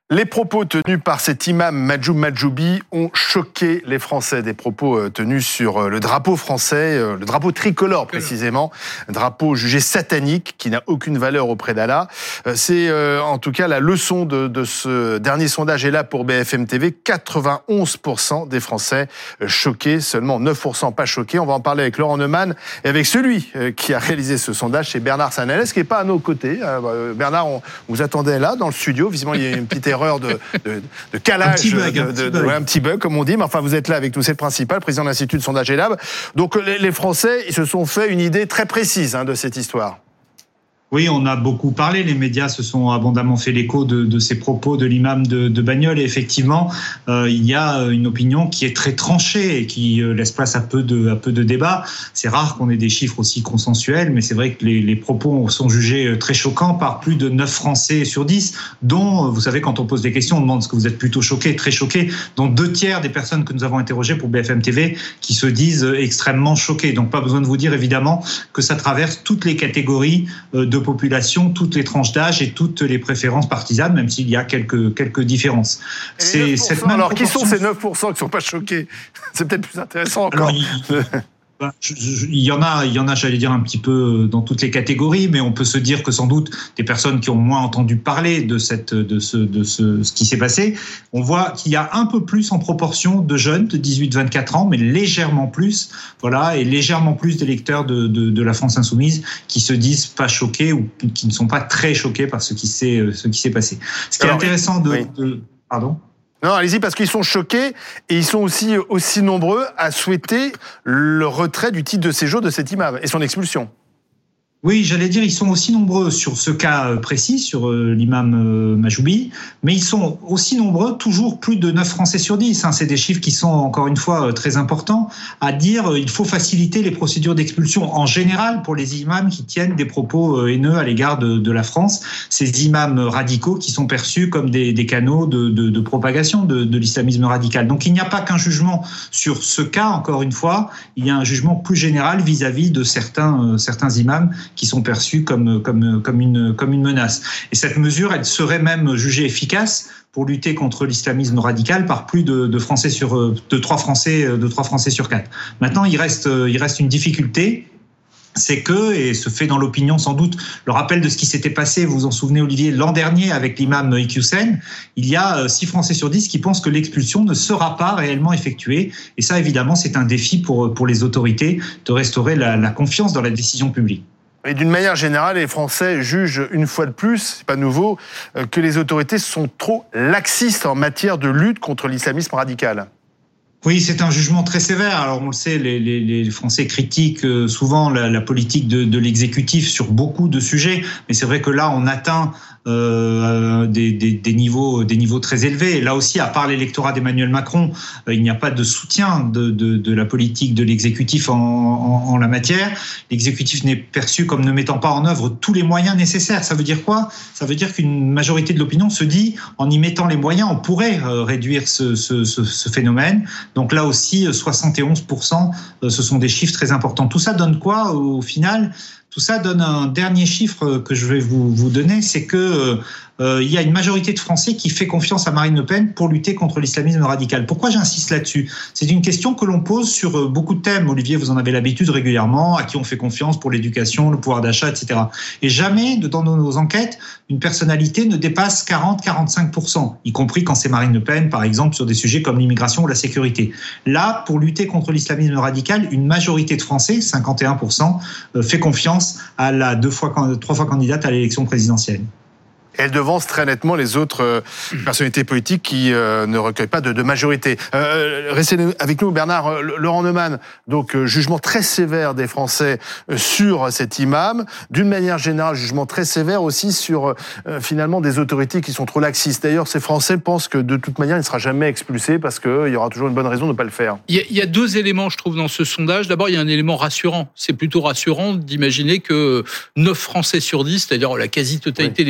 Les propos tenus par cet imam Mahjoub Mahjoubi ont choqué les Français. Des propos tenus sur le drapeau français, le drapeau tricolore précisément, un drapeau jugé satanique qui n'a aucune valeur auprès d'Allah. C'est en tout cas la leçon de ce dernier sondage est là pour BFM TV. 91% des Français choqués, seulement 9% pas choqués. On va en parler avec Laurent Neumann et avec celui qui a réalisé ce sondage, c'est Bernard Sananès, qui n'est pas à nos côtés. Bernard, on vous attendait là dans le studio. Visiblement, il y a une petite erreur de calage, un petit bug comme on dit, mais enfin vous êtes là avec nous, c'est le principal, président de l'Institut de sondage Elab. Donc les Français, ils se sont fait une idée très précise de cette histoire. Oui, on a beaucoup parlé, les médias se sont abondamment fait l'écho de ces propos de l'imam de Bagnoles et effectivement, il y a une opinion qui est très tranchée et qui laisse place à peu de débats. C'est rare qu'on ait des chiffres aussi consensuels, mais c'est vrai que les propos sont jugés très choquants par plus de 9 Français sur 10, dont, vous savez, quand on pose des questions, on demande est-ce que vous êtes plutôt choqués, très choqués, dont 2 tiers des personnes que nous avons interrogées pour BFM TV qui se disent extrêmement choqués. Donc pas besoin de vous dire évidemment que ça traverse toutes les catégories de population, toutes les tranches d'âge et toutes les préférences partisanes, même s'il y a quelques différences. C'est cette même alors, qui sont ces 9% qui ne sont pas choqués? C'est peut-être plus intéressant encore. Alors, il y en a, j'allais dire, un petit peu dans toutes les catégories, mais on peut se dire que sans doute des personnes qui ont moins entendu parler de ce qui s'est passé, on voit qu'il y a un peu plus en proportion de jeunes de 18-24 ans, mais légèrement plus, voilà, et légèrement plus d'électeurs de la France insoumise qui se disent pas choqués ou qui ne sont pas très choqués par ce qui s'est passé. Ce qui est intéressant Pardon ? Non, allez-y, parce qu'ils sont choqués et ils sont aussi nombreux à souhaiter le retrait du titre de séjour de cet imam et son expulsion. Oui, j'allais dire, ils sont aussi nombreux sur ce cas précis, sur l'imam Mahjoubi, mais ils sont aussi nombreux, toujours plus de 9 Français sur 10. C'est des chiffres qui sont, encore une fois, très importants, à dire il faut faciliter les procédures d'expulsion en général pour les imams qui tiennent des propos haineux à l'égard de la France. Ces imams radicaux qui sont perçus comme des canaux de propagation de l'islamisme radical. Donc il n'y a pas qu'un jugement sur ce cas, encore une fois, il y a un jugement plus général vis-à-vis de certains imams qui sont perçus comme une menace. Et cette mesure, elle serait même jugée efficace pour lutter contre l'islamisme radical par plus de 3 Français sur 4. Maintenant, il reste une difficulté. C'est que, et se fait dans l'opinion sans doute, le rappel de ce qui s'était passé, vous vous en souvenez Olivier, l'an dernier avec l'imam Iqiyoussen, il y a 6 Français sur 10 qui pensent que l'expulsion ne sera pas réellement effectuée. Et ça, évidemment, c'est un défi pour les autorités de restaurer la confiance dans la décision publique. Et d'une manière générale, les Français jugent une fois de plus, c'est pas nouveau, que les autorités sont trop laxistes en matière de lutte contre l'islamisme radical. Oui, c'est un jugement très sévère. Alors on le sait, les Français critiquent souvent la politique de l'exécutif sur beaucoup de sujets, mais c'est vrai que là on atteint des niveaux très élevés. Et là aussi, à part l'électorat d'Emmanuel Macron, il n'y a pas de soutien de la politique de l'exécutif en la matière. L'exécutif n'est perçu comme ne mettant pas en œuvre tous les moyens nécessaires. Ça veut dire quoi ? Ça veut dire qu'une majorité de l'opinion se dit, en y mettant les moyens, on pourrait réduire ce phénomène. Donc là aussi, 71%, ce sont des chiffres très importants. Tout ça donne quoi au final ? Tout ça donne un dernier chiffre que je vais vous donner, c'est que il y a une majorité de Français qui fait confiance à Marine Le Pen pour lutter contre l'islamisme radical. Pourquoi j'insiste là-dessus ? C'est une question que l'on pose sur beaucoup de thèmes. Olivier, vous en avez l'habitude régulièrement, à qui on fait confiance pour l'éducation, le pouvoir d'achat, etc. Et jamais, dans nos enquêtes, une personnalité ne dépasse 40-45%, y compris quand c'est Marine Le Pen, par exemple, sur des sujets comme l'immigration ou la sécurité. Là, pour lutter contre l'islamisme radical, une majorité de Français, 51%, fait confiance à la 3 fois candidate à l'élection présidentielle. Elle devance très nettement les autres personnalités politiques qui ne recueillent pas de majorité. Restez avec nous, Bernard. Laurent Neumann, donc jugement très sévère des Français sur cet imam. D'une manière générale, jugement très sévère aussi sur finalement des autorités qui sont trop laxistes. D'ailleurs, ces Français pensent que de toute manière, il ne sera jamais expulsé parce qu'il y aura toujours une bonne raison de ne pas le faire. Il y a 2 éléments, je trouve, dans ce sondage. D'abord, il y a un élément rassurant. C'est plutôt rassurant d'imaginer que 9 Français sur 10, c'est-à-dire la quasi-totalité des Français,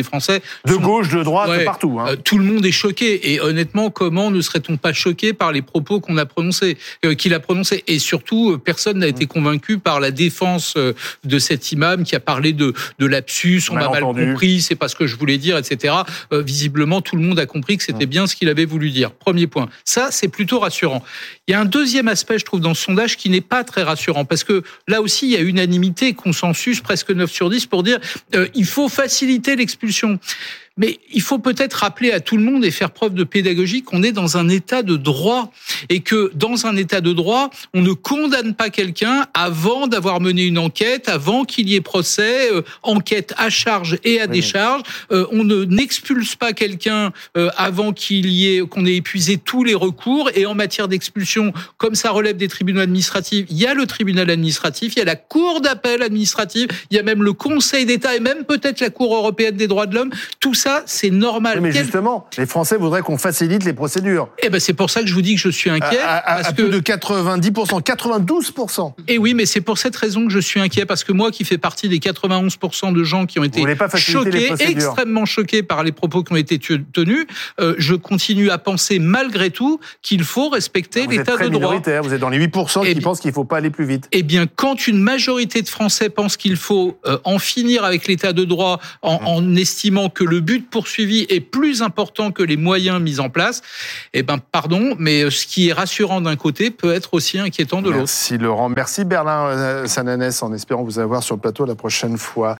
De gauche, de droite, partout. Tout le monde est choqué. Et honnêtement, comment ne serait-on pas choqué par les propos qu'il a prononcés? Et surtout, personne n'a été convaincu par la défense de cet imam qui a parlé de lapsus, on m'a mal compris, c'est pas ce que je voulais dire, etc. Visiblement, tout le monde a compris que c'était bien ce qu'il avait voulu dire. Premier point. Ça, c'est plutôt rassurant. Il y a un deuxième aspect, je trouve, dans ce sondage qui n'est pas très rassurant, parce que là aussi, il y a unanimité, consensus, presque 9 sur 10 pour dire il faut faciliter l'expulsion. Mais il faut peut-être rappeler à tout le monde et faire preuve de pédagogie qu'on est dans un état de droit et que dans un état de droit, on ne condamne pas quelqu'un avant d'avoir mené une enquête, avant qu'il y ait procès, enquête à charge et à décharge. On n'expulse pas quelqu'un avant qu'on ait épuisé tous les recours. Et en matière d'expulsion, comme ça relève des tribunaux administratifs, il y a le tribunal administratif, il y a la cour d'appel administrative, il y a même le Conseil d'État et même peut-être la Cour européenne des droits de l'homme. Tout ça, c'est normal. Oui, mais justement, les Français voudraient qu'on facilite les procédures. Eh ben, c'est pour ça que je vous dis que je suis inquiet. À plus de 90%, 92%. Et oui, mais c'est pour cette raison que je suis inquiet, parce que moi, qui fais partie des 91% de gens qui ont été choqués, extrêmement choqués par les propos qui ont été tenus, je continue à penser malgré tout qu'il faut respecter l'état de droit. Vous êtes dans les 8% qui pensent qu'il ne faut pas aller plus vite. Eh bien, quand une majorité de Français pense qu'il faut en finir avec l'état de droit en estimant que le but poursuivi est plus important que les moyens mis en place, eh ben, pardon, mais ce qui est rassurant d'un côté peut être aussi inquiétant de l'autre. Merci Laurent. Merci Berlin Sananès, en espérant vous avoir sur le plateau la prochaine fois.